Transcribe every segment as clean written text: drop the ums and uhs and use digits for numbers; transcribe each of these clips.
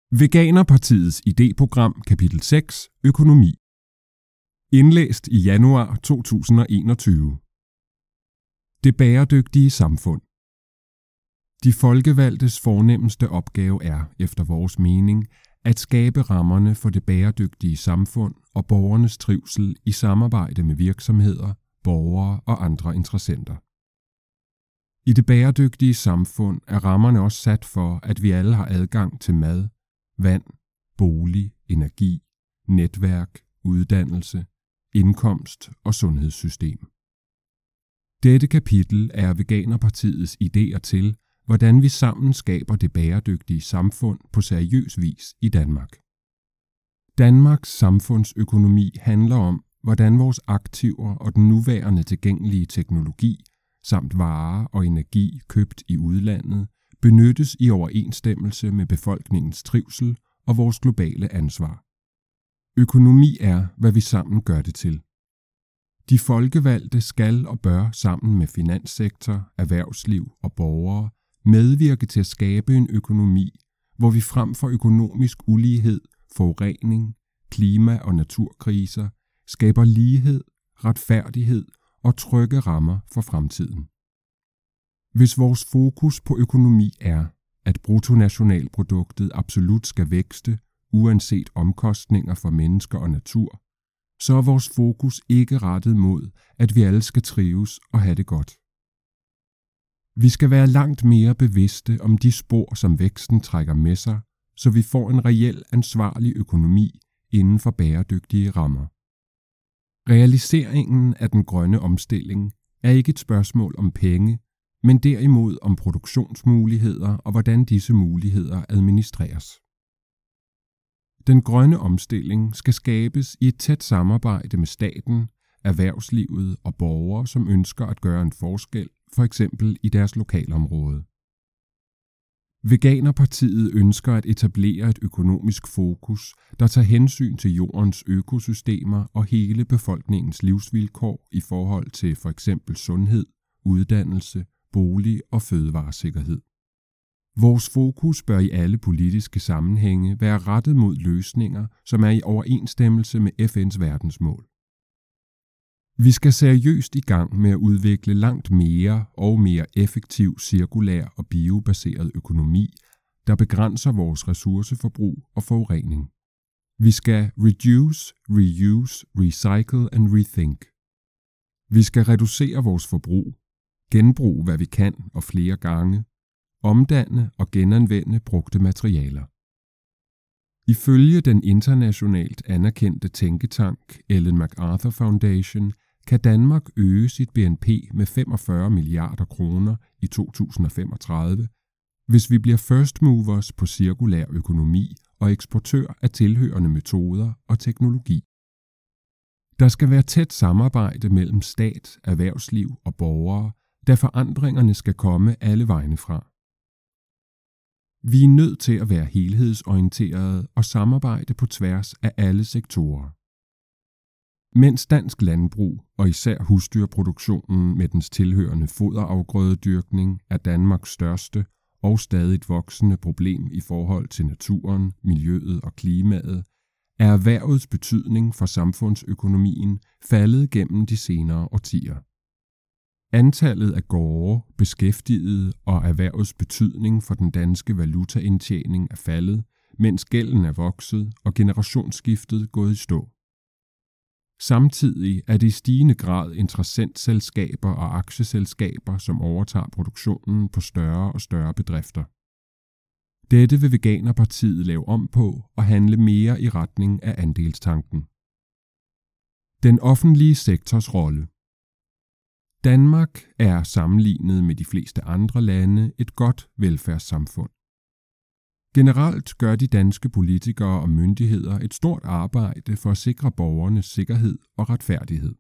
Veganerpartiets idéprogram kapitel 6 Økonomi. Indlæst i januar 2021. Det bæredygtige samfund. De folkevalgtes fornemmeste opgave er, efter vores mening, at skabe rammerne for det bæredygtige samfund og borgernes trivsel i samarbejde med virksomheder, borgere og andre interessenter. I det bæredygtige samfund er rammerne også sat for, at vi alle har adgang til mad, vand, bolig, energi, netværk, uddannelse, indkomst og sundhedssystem. Dette kapitel er Veganerpartiets idéer til, hvordan vi sammen skaber det bæredygtige samfund på seriøs vis i Danmark. Danmarks samfundsøkonomi handler om, hvordan vores aktiver og den nuværende tilgængelige teknologi, samt varer og energi købt i udlandet, benyttes i overensstemmelse med befolkningens trivsel og vores globale ansvar. Økonomi er, hvad vi sammen gør det til. De folkevalgte skal og bør sammen med finanssektor, erhvervsliv og borgere medvirke til at skabe en økonomi, hvor vi frem for økonomisk ulighed, forurening, klima- og naturkriser skaber lighed, retfærdighed og trygge rammer for fremtiden. Hvis vores fokus på økonomi er, at bruttonationalproduktet absolut skal vækste, uanset omkostninger for mennesker og natur, så er vores fokus ikke rettet mod, at vi alle skal trives og have det godt. Vi skal være langt mere bevidste om de spor, som væksten trækker med sig, så vi får en reel ansvarlig økonomi inden for bæredygtige rammer. Realiseringen af den grønne omstilling er ikke et spørgsmål om penge, men derimod om produktionsmuligheder og hvordan disse muligheder administreres. Den grønne omstilling skal skabes i et tæt samarbejde med staten, erhvervslivet og borgere, som ønsker at gøre en forskel, for eksempel i deres lokalområde. Veganerpartiet ønsker at etablere et økonomisk fokus, der tager hensyn til jordens økosystemer og hele befolkningens livsvilkår i forhold til for eksempel sundhed, uddannelse, bolig og fødevaresikkerhed. Vores fokus bør i alle politiske sammenhænge være rettet mod løsninger, som er i overensstemmelse med FN's verdensmål. Vi skal seriøst i gang med at udvikle langt mere og mere effektiv cirkulær og biobaseret økonomi, der begrænser vores ressourceforbrug og forurening. Vi skal reduce, reuse, recycle and rethink. Vi skal reducere vores forbrug, genbruge hvad vi kan og flere gange, omdanne og genanvende brugte materialer. Ifølge den internationalt anerkendte tænketank Ellen MacArthur Foundation kan Danmark øge sit BNP med 45 milliarder kroner i 2035, hvis vi bliver first movers på cirkulær økonomi og eksportør af tilhørende metoder og teknologi. Der skal være tæt samarbejde mellem stat, erhvervsliv og borgere, da forandringerne skal komme alle vegne fra. Vi er nødt til at være helhedsorienterede og samarbejde på tværs af alle sektorer. Mens dansk landbrug og især husdyrproduktionen med dens tilhørende foderafgrødedyrkning er Danmarks største og stadigt voksende problem i forhold til naturen, miljøet og klimaet, er erhvervets betydning for samfundsøkonomien faldet gennem de senere årtier. Antallet af gårde, beskæftigede og erhvervets betydning for den danske valutaindtjening er faldet, mens gælden er vokset og generationsskiftet gået i stå. Samtidig er det i stigende grad interessentselskaber og aktieselskaber, som overtager produktionen på større og større bedrifter. Dette vil Veganerpartiet lave om på og handle mere i retning af andelstanken. Den offentlige sektors rolle. Danmark er sammenlignet med de fleste andre lande et godt velfærdssamfund. Generelt gør de danske politikere og myndigheder et stort arbejde for at sikre borgernes sikkerhed og retfærdighed.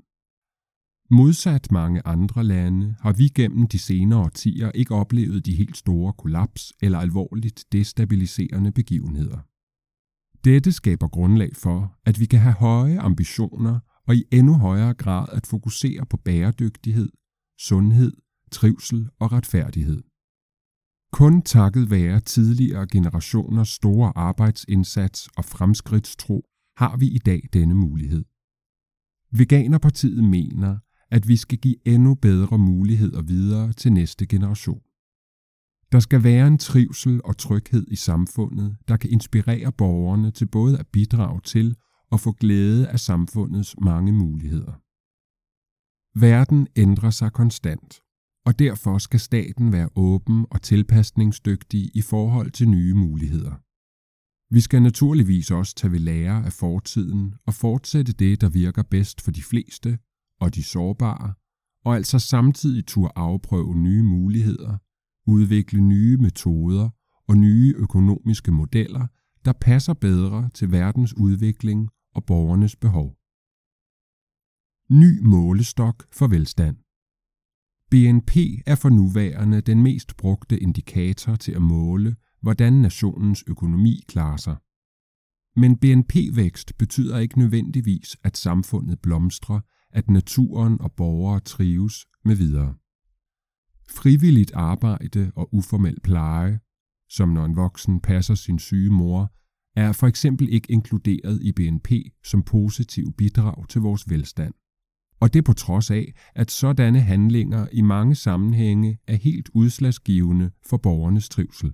Modsat mange andre lande har vi gennem de senere årtier ikke oplevet de helt store kollaps eller alvorligt destabiliserende begivenheder. Dette skaber grundlag for, at vi kan have høje ambitioner og i endnu højere grad at fokusere på bæredygtighed, sundhed, trivsel og retfærdighed. Kun takket være tidligere generationers store arbejdsindsats og fremskridtstro har vi i dag denne mulighed. Veganerpartiet mener, at vi skal give endnu bedre muligheder videre til næste generation. Der skal være en trivsel og tryghed i samfundet, der kan inspirere borgerne til både at bidrage til og få glæde af samfundets mange muligheder. Verden ændrer sig konstant, og derfor skal staten være åben og tilpasningsdygtig i forhold til nye muligheder. Vi skal naturligvis også tage ved lære af fortiden og fortsætte det, der virker bedst for de fleste og de sårbare, og altså samtidig turde afprøve nye muligheder, udvikle nye metoder og nye økonomiske modeller, der passer bedre til verdens udvikling og borgernes behov. Ny målestok for velstand. BNP er for nuværende den mest brugte indikator til at måle, hvordan nationens økonomi klarer sig. Men BNP-vækst betyder ikke nødvendigvis, at samfundet blomstrer, at naturen og borgere trives med videre. Frivilligt arbejde og uformel pleje, som når en voksen passer sin syge mor, er for eksempel ikke inkluderet i BNP som positiv bidrag til vores velstand. Og det på trods af, at sådanne handlinger i mange sammenhænge er helt udslagsgivende for borgernes trivsel.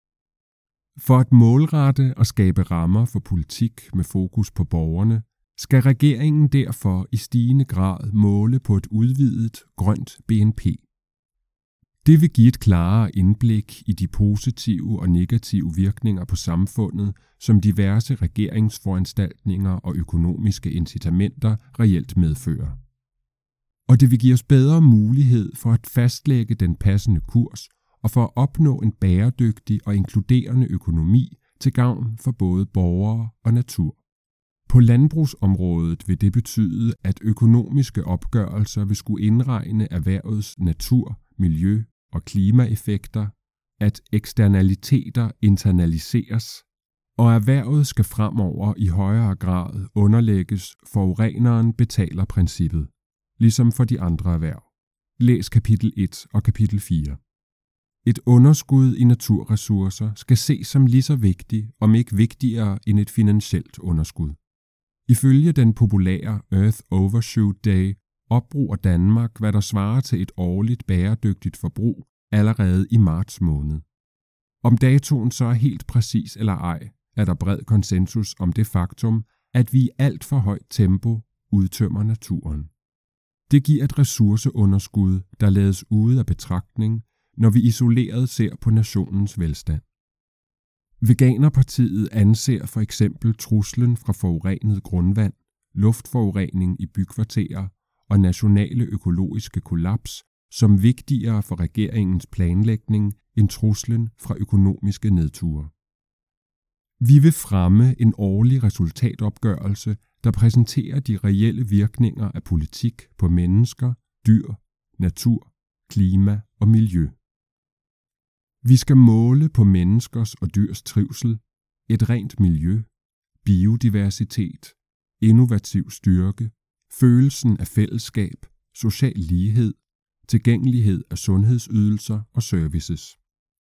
For at målrette og skabe rammer for politik med fokus på borgerne, skal regeringen derfor i stigende grad måle på et udvidet grønt BNP. Det vil give et klarere indblik i de positive og negative virkninger på samfundet, som diverse regeringsforanstaltninger og økonomiske incitamenter reelt medfører. Og det vil give os bedre mulighed for at fastlægge den passende kurs og for at opnå en bæredygtig og inkluderende økonomi til gavn for både borgere og natur. På landbrugsområdet vil det betyde, at økonomiske opgørelser vil skulle indregne erhvervets natur, miljø og klimaeffekter, at eksternaliteter internaliseres, og erhvervet skal fremover i højere grad underlægges forureneren betaler princippet, ligesom for de andre erhverv. Læs kapitel 1 og kapitel 4. Et underskud i naturressourcer skal ses som lige så vigtigt, om ikke vigtigere end et finansielt underskud. Ifølge den populære Earth Overshoot Day opbruger Danmark, hvad der svarer til et årligt bæredygtigt forbrug, allerede i marts måned. Om datoen så er helt præcis eller ej, er der bred konsensus om det faktum, at vi i alt for højt tempo udtømmer naturen. Det giver et ressourceunderskud, der lades ude af betragtning, når vi isoleret ser på nationens velstand. Veganerpartiet anser for eksempel truslen fra forurenet grundvand, luftforurening i bykvarterer og nationale økologiske kollaps som vigtigere for regeringens planlægning end truslen fra økonomiske nedture. Vi vil fremme en årlig resultatopgørelse, der præsenterer de reelle virkninger af politik på mennesker, dyr, natur, klima og miljø. Vi skal måle på menneskers og dyrs trivsel, et rent miljø, biodiversitet, innovativ styrke, følelsen af fællesskab, social lighed, tilgængelighed af sundhedsydelser og services.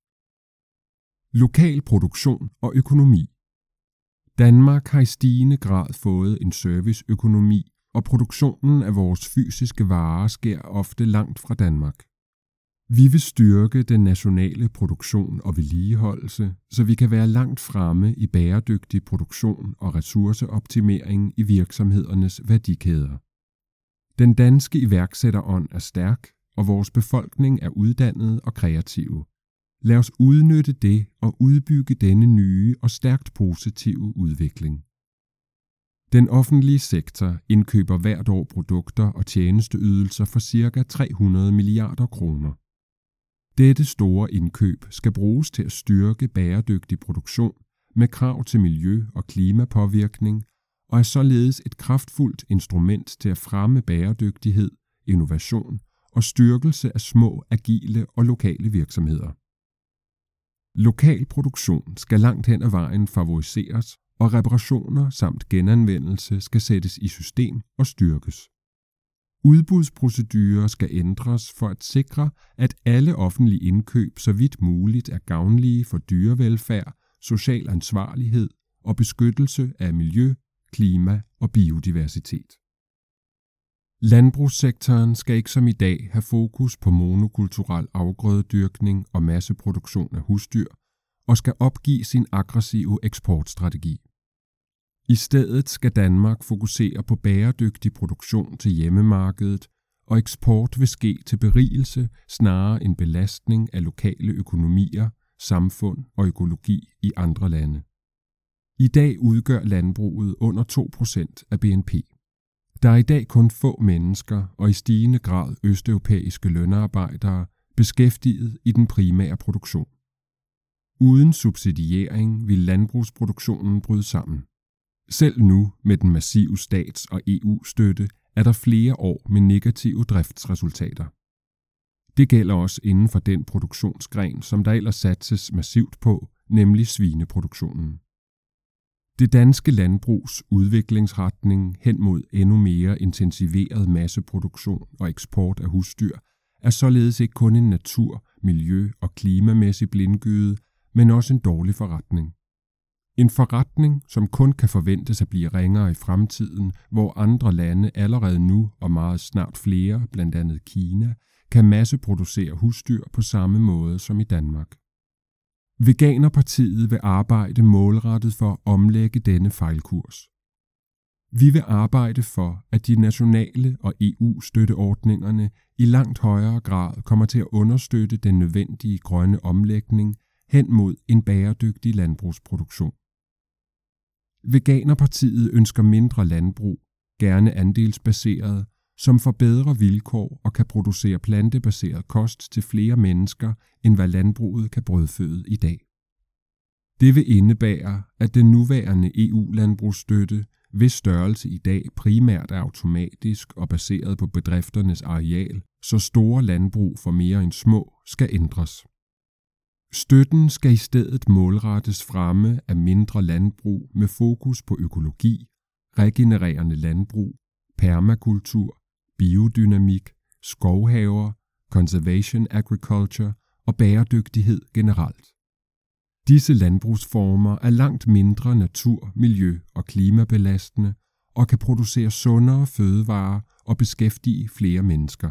Lokal produktion og økonomi. Danmark har i stigende grad fået en serviceøkonomi, og produktionen af vores fysiske varer sker ofte langt fra Danmark. Vi vil styrke den nationale produktion og vedligeholdelse, så vi kan være langt fremme i bæredygtig produktion og ressourceoptimering i virksomhedernes værdikæder. Den danske iværksætterånd er stærk, og vores befolkning er uddannet og kreative. Lad os udnytte det og udbygge denne nye og stærkt positive udvikling. Den offentlige sektor indkøber hvert år produkter og tjenesteydelser for ca. 300 milliarder kroner. Dette store indkøb skal bruges til at styrke bæredygtig produktion med krav til miljø- og klimapåvirkning og er således et kraftfuldt instrument til at fremme bæredygtighed, innovation og styrkelse af små, agile og lokale virksomheder. Lokal produktion skal langt hen ad vejen favoriseres, og reparationer samt genanvendelse skal sættes i system og styrkes. Udbudsprocedurer skal ændres for at sikre, at alle offentlige indkøb så vidt muligt er gavnlige for dyrevelfærd, social ansvarlighed og beskyttelse af miljø, klima og biodiversitet. Landbrugssektoren skal ikke som i dag have fokus på monokulturel afgrødedyrkning og masseproduktion af husdyr og skal opgive sin aggressive eksportstrategi. I stedet skal Danmark fokusere på bæredygtig produktion til hjemmemarkedet, og eksport vil ske til berigelse snarere end belastning af lokale økonomier, samfund og økologi i andre lande. I dag udgør landbruget under 2% af BNP. Der er i dag kun få mennesker og i stigende grad østeuropæiske lønarbejdere beskæftiget i den primære produktion. Uden subsidiering vil landbrugsproduktionen bryde sammen. Selv nu med den massive stats- og EU-støtte er der flere år med negative driftsresultater. Det gælder også inden for den produktionsgren, som der ellers satses massivt på, nemlig svineproduktionen. Det danske landbrugs udviklingsretning hen mod endnu mere intensiveret masseproduktion og eksport af husdyr er således ikke kun en natur-, miljø- og klimamæssig blindgyde, men også en dårlig forretning. En forretning, som kun kan forventes at blive ringere i fremtiden, hvor andre lande allerede nu og meget snart flere, blandt andet Kina, kan masseproducere husdyr på samme måde som i Danmark. Veganerpartiet vil arbejde målrettet for at omlægge denne fejlkurs. Vi vil arbejde for, at de nationale og EU-støtteordningerne i langt højere grad kommer til at understøtte den nødvendige grønne omlægning hen mod en bæredygtig landbrugsproduktion. Veganerpartiet ønsker mindre landbrug, gerne andelsbaseret, som får bedre vilkår og kan producere plantebaseret kost til flere mennesker, end hvad landbruget kan brødføde i dag. Det vil indebære, at den nuværende EU-landbrugsstøtte, hvis størrelse i dag primært er automatisk og baseret på bedrifternes areal, så store landbrug for mere end små, skal ændres. Støtten skal i stedet målrettes fremme af mindre landbrug med fokus på økologi, regenererende landbrug, permakultur, biodynamik, skovhaver, conservation agriculture og bæredygtighed generelt. Disse landbrugsformer er langt mindre natur-, miljø- og klimabelastende og kan producere sundere fødevarer og beskæftige flere mennesker.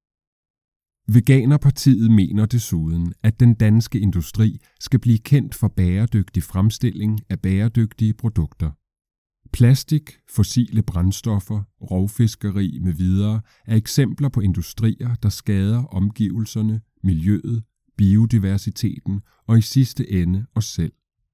Veganerpartiet mener desuden, at den danske industri skal blive kendt for bæredygtig fremstilling af bæredygtige produkter. Plastik, fossile brændstoffer, rovfiskeri m.v. er eksempler på industrier, der skader omgivelserne, miljøet, biodiversiteten og i sidste ende os selv.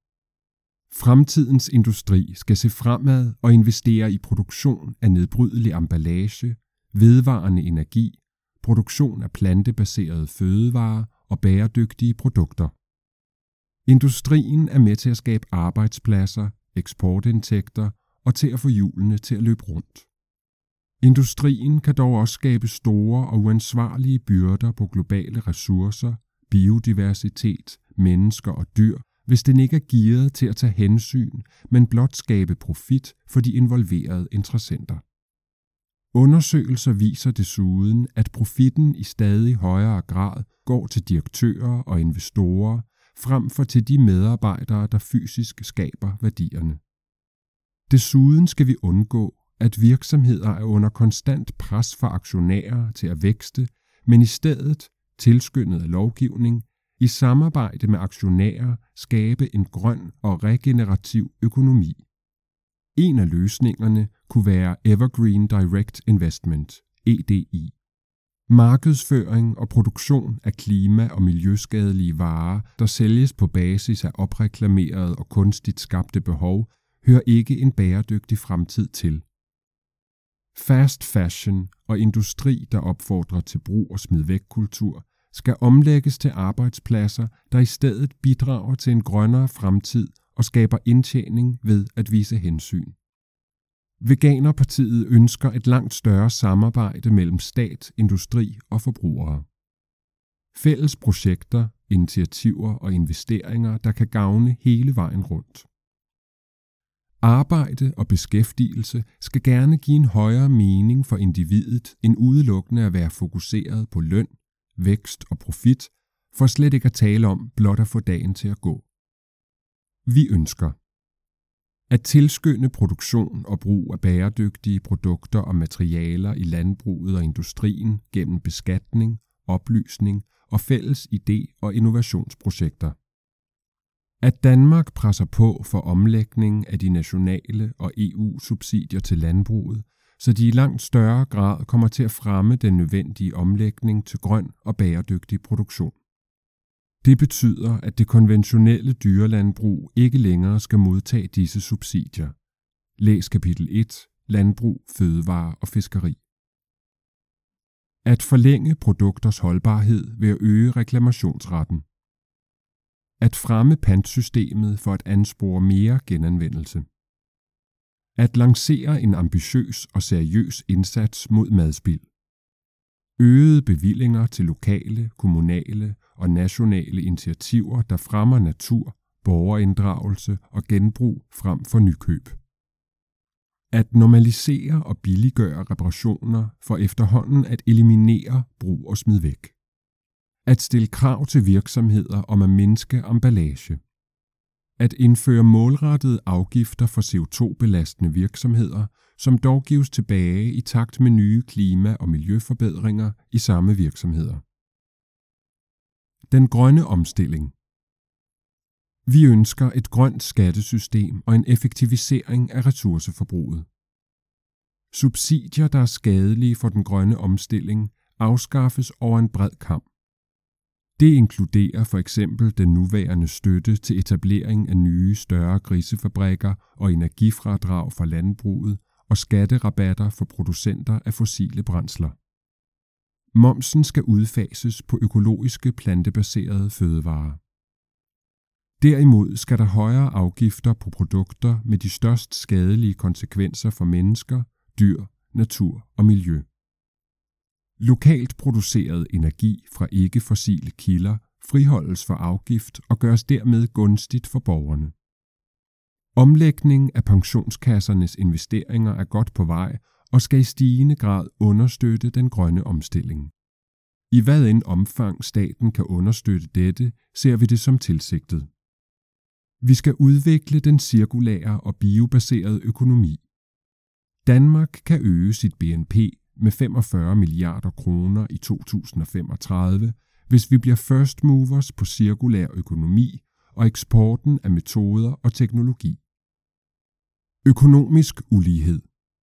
Fremtidens industri skal se fremad og investere i produktion af nedbrydelig emballage, vedvarende energi, produktion af plantebaserede fødevarer og bæredygtige produkter. Industrien er med til at skabe arbejdspladser, eksportindtægter og til at få hjulene til at løbe rundt. Industrien kan dog også skabe store og uansvarlige byrder på globale ressourcer, biodiversitet, mennesker og dyr, hvis den ikke er gearet til at tage hensyn, men blot skabe profit for de involverede interessenter. Undersøgelser viser desuden, at profitten i stadig højere grad går til direktører og investorer, frem for til de medarbejdere, der fysisk skaber værdierne. Desuden skal vi undgå, at virksomheder er under konstant pres for aktionærer til at vækste, men i stedet, tilskyndet af lovgivning, i samarbejde med aktionærer skabe en grøn og regenerativ økonomi. En af løsningerne kunne være Evergreen Direct Investment, EDI. Markedsføring og produktion af klima- og miljøskadelige varer, der sælges på basis af opreklamerede og kunstigt skabte behov, hører ikke en bæredygtig fremtid til. Fast fashion og industri, der opfordrer til brug og smid væk-kultur, skal omlægges til arbejdspladser, der i stedet bidrager til en grønnere fremtid og skaber indtjening ved at vise hensyn. Veganerpartiet ønsker et langt større samarbejde mellem stat, industri og forbrugere. Fælles projekter, initiativer og investeringer, der kan gavne hele vejen rundt. Arbejde og beskæftigelse skal gerne give en højere mening for individet end udelukkende at være fokuseret på løn, vækst og profit, for slet ikke at tale om blot at få dagen til at gå. Vi ønsker at tilskynde produktion og brug af bæredygtige produkter og materialer i landbruget og industrien gennem beskatning, oplysning og fælles idé- og innovationsprojekter. At Danmark presser på for omlægning af de nationale og EU-subsidier til landbruget, så de i langt større grad kommer til at fremme den nødvendige omlægning til grøn og bæredygtig produktion. Det betyder, at det konventionelle dyrelandbrug ikke længere skal modtage disse subsidier. Læs kapitel 1, Landbrug, fødevare og fiskeri. At forlænge produkters holdbarhed ved at øge reklamationsretten. At fremme pantsystemet for at anspore mere genanvendelse. At lancere en ambitiøs og seriøs indsats mod madspild. Øgede bevillinger til lokale, kommunale og nationale initiativer, der fremmer natur, borgerinddragelse og genbrug frem for nykøb. At normalisere og billiggøre reparationer for efterhånden at eliminere brug og smid væk. At stille krav til virksomheder om at mindske emballage. At indføre målrettede afgifter for CO2-belastende virksomheder, som dog gives tilbage i takt med nye klima- og miljøforbedringer i samme virksomheder. Den grønne omstilling. Vi ønsker et grønt skattesystem og en effektivisering af ressourceforbruget. Subsidier, der er skadelige for den grønne omstilling, afskaffes over en bred kam. Det inkluderer for eksempel den nuværende støtte til etablering af nye, større grisefabrikker og energifradrag for landbruget og skatterabatter for producenter af fossile brændsler. Momsen skal udfases på økologiske plantebaserede fødevarer. Derimod skal der højere afgifter på produkter med de størst skadelige konsekvenser for mennesker, dyr, natur og miljø. Lokalt produceret energi fra ikke-fossile kilder friholdes for afgift og gøres dermed gunstigt for borgerne. Omlægning af pensionskassernes investeringer er godt på vej og skal i stigende grad understøtte den grønne omstilling. I hvad end omfang staten kan understøtte dette, ser vi det som tilsigtet. Vi skal udvikle den cirkulære og biobaserede økonomi. Danmark kan øge sit BNP med 45 milliarder kroner i 2035, hvis vi bliver first movers på cirkulær økonomi og eksporten af metoder og teknologi. Økonomisk ulighed.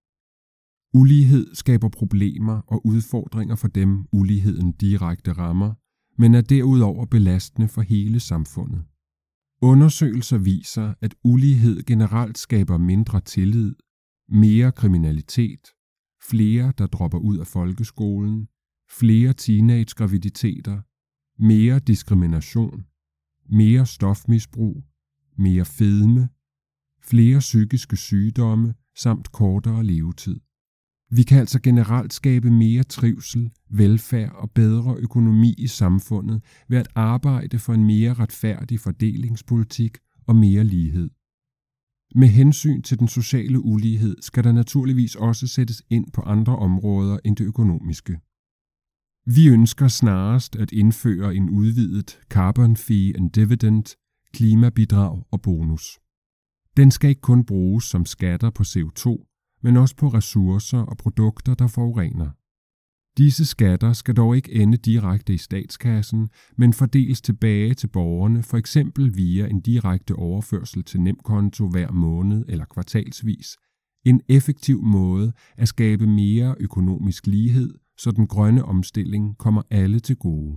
Ulighed skaber problemer og udfordringer for dem, uligheden direkte rammer, men er derudover belastende for hele samfundet. Undersøgelser viser, at ulighed generelt skaber mindre tillid, mere kriminalitet, flere, der dropper ud af folkeskolen, flere teenage-graviditeter, mere diskrimination, mere stofmisbrug, mere fedme, flere psykiske sygdomme samt kortere levetid. Vi kan altså generelt skabe mere trivsel, velfærd og bedre økonomi i samfundet ved at arbejde for en mere retfærdig fordelingspolitik og mere lighed. Med hensyn til den sociale ulighed skal der naturligvis også sættes ind på andre områder end det økonomiske. Vi ønsker snarest at indføre en udvidet carbon fee and dividend, klimabidrag og bonus. Den skal ikke kun bruges som skatter på CO2, men også på ressourcer og produkter, der forurener. Disse skatter skal dog ikke ende direkte i statskassen, men fordeles tilbage til borgerne, for eksempel via en direkte overførsel til nemkonto hver måned eller kvartalsvis. En effektiv måde at skabe mere økonomisk lighed, så den grønne omstilling kommer alle til gode.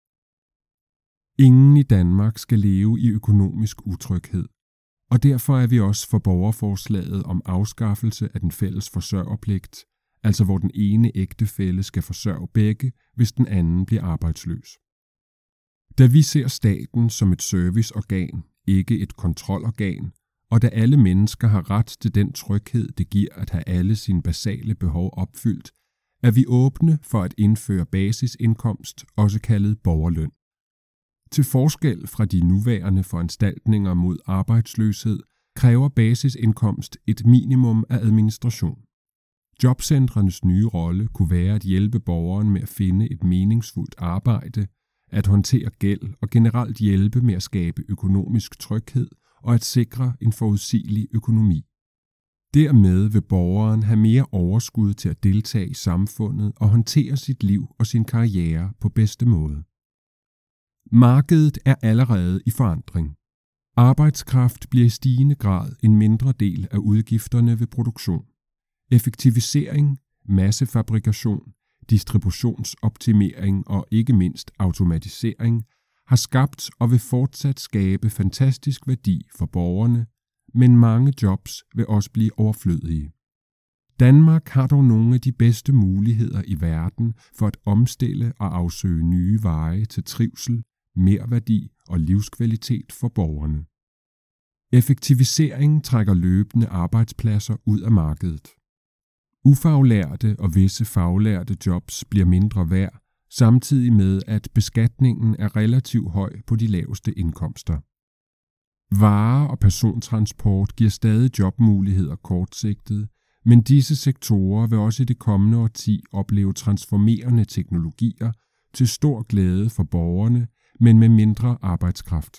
Ingen i Danmark skal leve i økonomisk utryghed, og derfor er vi også for borgerforslaget om afskaffelse af den fælles forsørgerpligt, altså hvor den ene ægtefælle skal forsørge begge, hvis den anden bliver arbejdsløs. Da vi ser staten som et serviceorgan, ikke et kontrolorgan, og da alle mennesker har ret til den tryghed, det giver at have alle sine basale behov opfyldt, er vi åbne for at indføre basisindkomst, også kaldet borgerløn. Til forskel fra de nuværende foranstaltninger mod arbejdsløshed, kræver basisindkomst et minimum af administration. Jobcentrenes nye rolle kunne være at hjælpe borgeren med at finde et meningsfuldt arbejde, at håndtere gæld og generelt hjælpe med at skabe økonomisk tryghed og at sikre en forudsigelig økonomi. Dermed vil borgeren have mere overskud til at deltage i samfundet og håndtere sit liv og sin karriere på bedste måde. Markedet er allerede i forandring. Arbejdskraft bliver i stigende grad en mindre del af udgifterne ved produktion. Effektivisering, massefabrikation, distributionsoptimering og ikke mindst automatisering har skabt og vil fortsat skabe fantastisk værdi for borgerne, men mange jobs vil også blive overflødige. Danmark har dog nogle af de bedste muligheder i verden for at omstille og afsøge nye veje til trivsel, merværdi og livskvalitet for borgerne. Effektivisering trækker løbende arbejdspladser ud af markedet. Ufaglærte og visse faglærte jobs bliver mindre værd, samtidig med at beskatningen er relativt høj på de laveste indkomster. Varer- og persontransport giver stadig jobmuligheder kortsigtet, men disse sektorer vil også i det kommende årti opleve transformerende teknologier til stor glæde for borgerne, men med mindre arbejdskraft.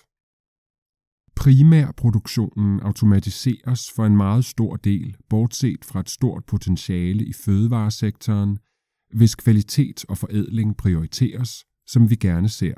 Primærproduktionen automatiseres for en meget stor del, bortset fra et stort potentiale i fødevaresektoren, hvis kvalitet og forædling prioriteres, som vi gerne ser.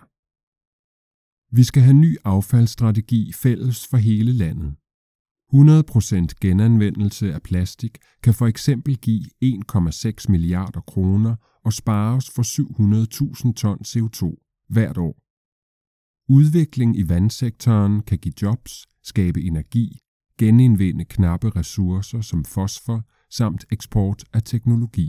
Vi skal have ny affaldsstrategi fælles for hele landet. 100% genanvendelse af plastik kan for eksempel give 1,6 milliarder kroner og spare os for 700.000 ton CO2 hvert år. Udvikling i vandsektoren kan give jobs, skabe energi, genindvinde knappe ressourcer som fosfor samt eksport af teknologi.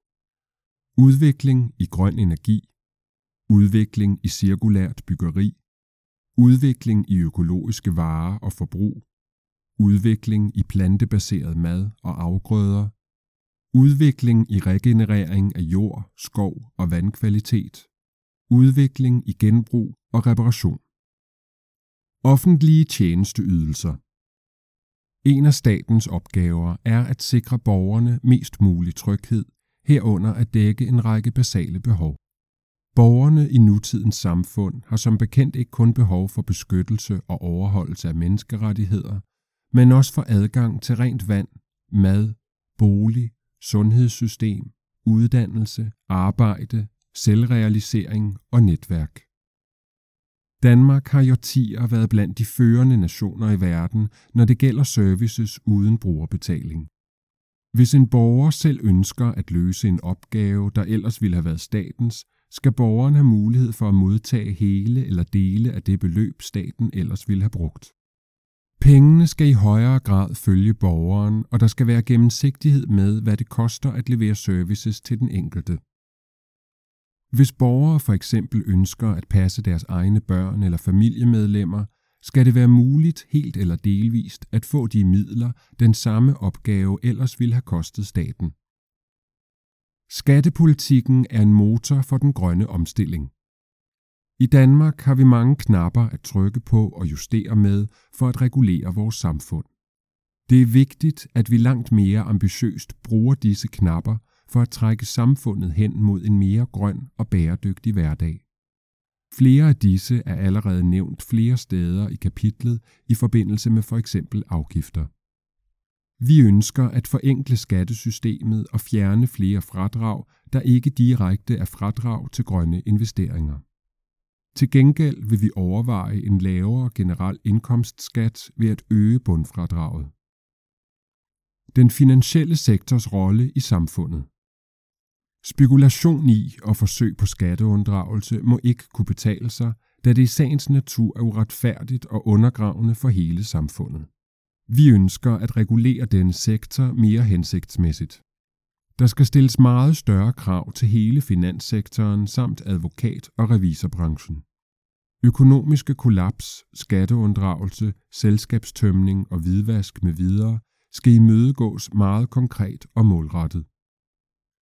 Udvikling i grøn energi, udvikling i cirkulært byggeri, udvikling i økologiske varer og forbrug, udvikling i plantebaseret mad og afgrøder, udvikling i regenerering af jord, skov og vandkvalitet, udvikling i genbrug og reparation. Offentlige tjenesteydelser. En af statens opgaver er at sikre borgerne mest mulig tryghed, herunder at dække en række basale behov. Borgerne i nutidens samfund har som bekendt ikke kun behov for beskyttelse og overholdelse af menneskerettigheder, men også for adgang til rent vand, mad, bolig, sundhedssystem, uddannelse, arbejde, selvrealisering og netværk. Danmark har i årtier været blandt de førende nationer i verden, når det gælder services uden brugerbetaling. Hvis en borger selv ønsker at løse en opgave, der ellers ville have været statens, skal borgeren have mulighed for at modtage hele eller dele af det beløb, staten ellers ville have brugt. Pengene skal i højere grad følge borgeren, og der skal være gennemsigtighed med, hvad det koster at levere services til den enkelte. Hvis borgere for eksempel ønsker at passe deres egne børn eller familiemedlemmer, skal det være muligt helt eller delvist at få de midler, den samme opgave ellers ville have kostet staten. Skattepolitikken er en motor for den grønne omstilling. I Danmark har vi mange knapper at trykke på og justere med for at regulere vores samfund. Det er vigtigt, at vi langt mere ambitiøst bruger disse knapper for at trække samfundet hen mod en mere grøn og bæredygtig hverdag. Flere af disse er allerede nævnt flere steder i kapitlet i forbindelse med for eksempel afgifter. Vi ønsker at forenkle skattesystemet og fjerne flere fradrag, der ikke direkte er fradrag til grønne investeringer. Til gengæld vil vi overveje en lavere generel indkomstskat ved at øge bundfradraget. Den finansielle sektors rolle i samfundet. Spekulation i og forsøg på skatteunddragelse må ikke kunne betale sig, da det i sagens natur er uretfærdigt og undergravende for hele samfundet. Vi ønsker at regulere denne sektor mere hensigtsmæssigt. Der skal stilles meget større krav til hele finanssektoren samt advokat- og revisorbranchen. Økonomiske kollaps, skatteunddragelse, selskabstømning og hvidvask m.v. skal imødegås meget konkret og målrettet.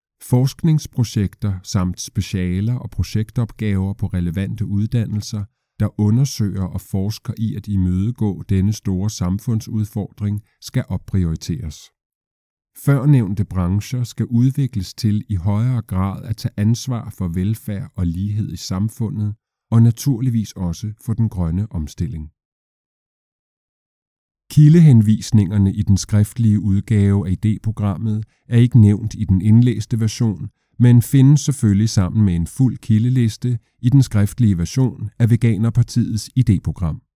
Forskningsprojekter samt specialer og projektopgaver på relevante uddannelser der undersøger og forsker i at imødegå denne store samfundsudfordring, skal opprioriteres. Førnævnte brancher skal udvikles til i højere grad at tage ansvar for velfærd og lighed i samfundet, og naturligvis også for den grønne omstilling. Kildehenvisningerne i den skriftlige udgave af idéprogrammet er ikke nævnt i den indlæste version, men findes selvfølgelig sammen med en fuld kildeliste i den skriftlige version af Veganerpartiets idéprogram.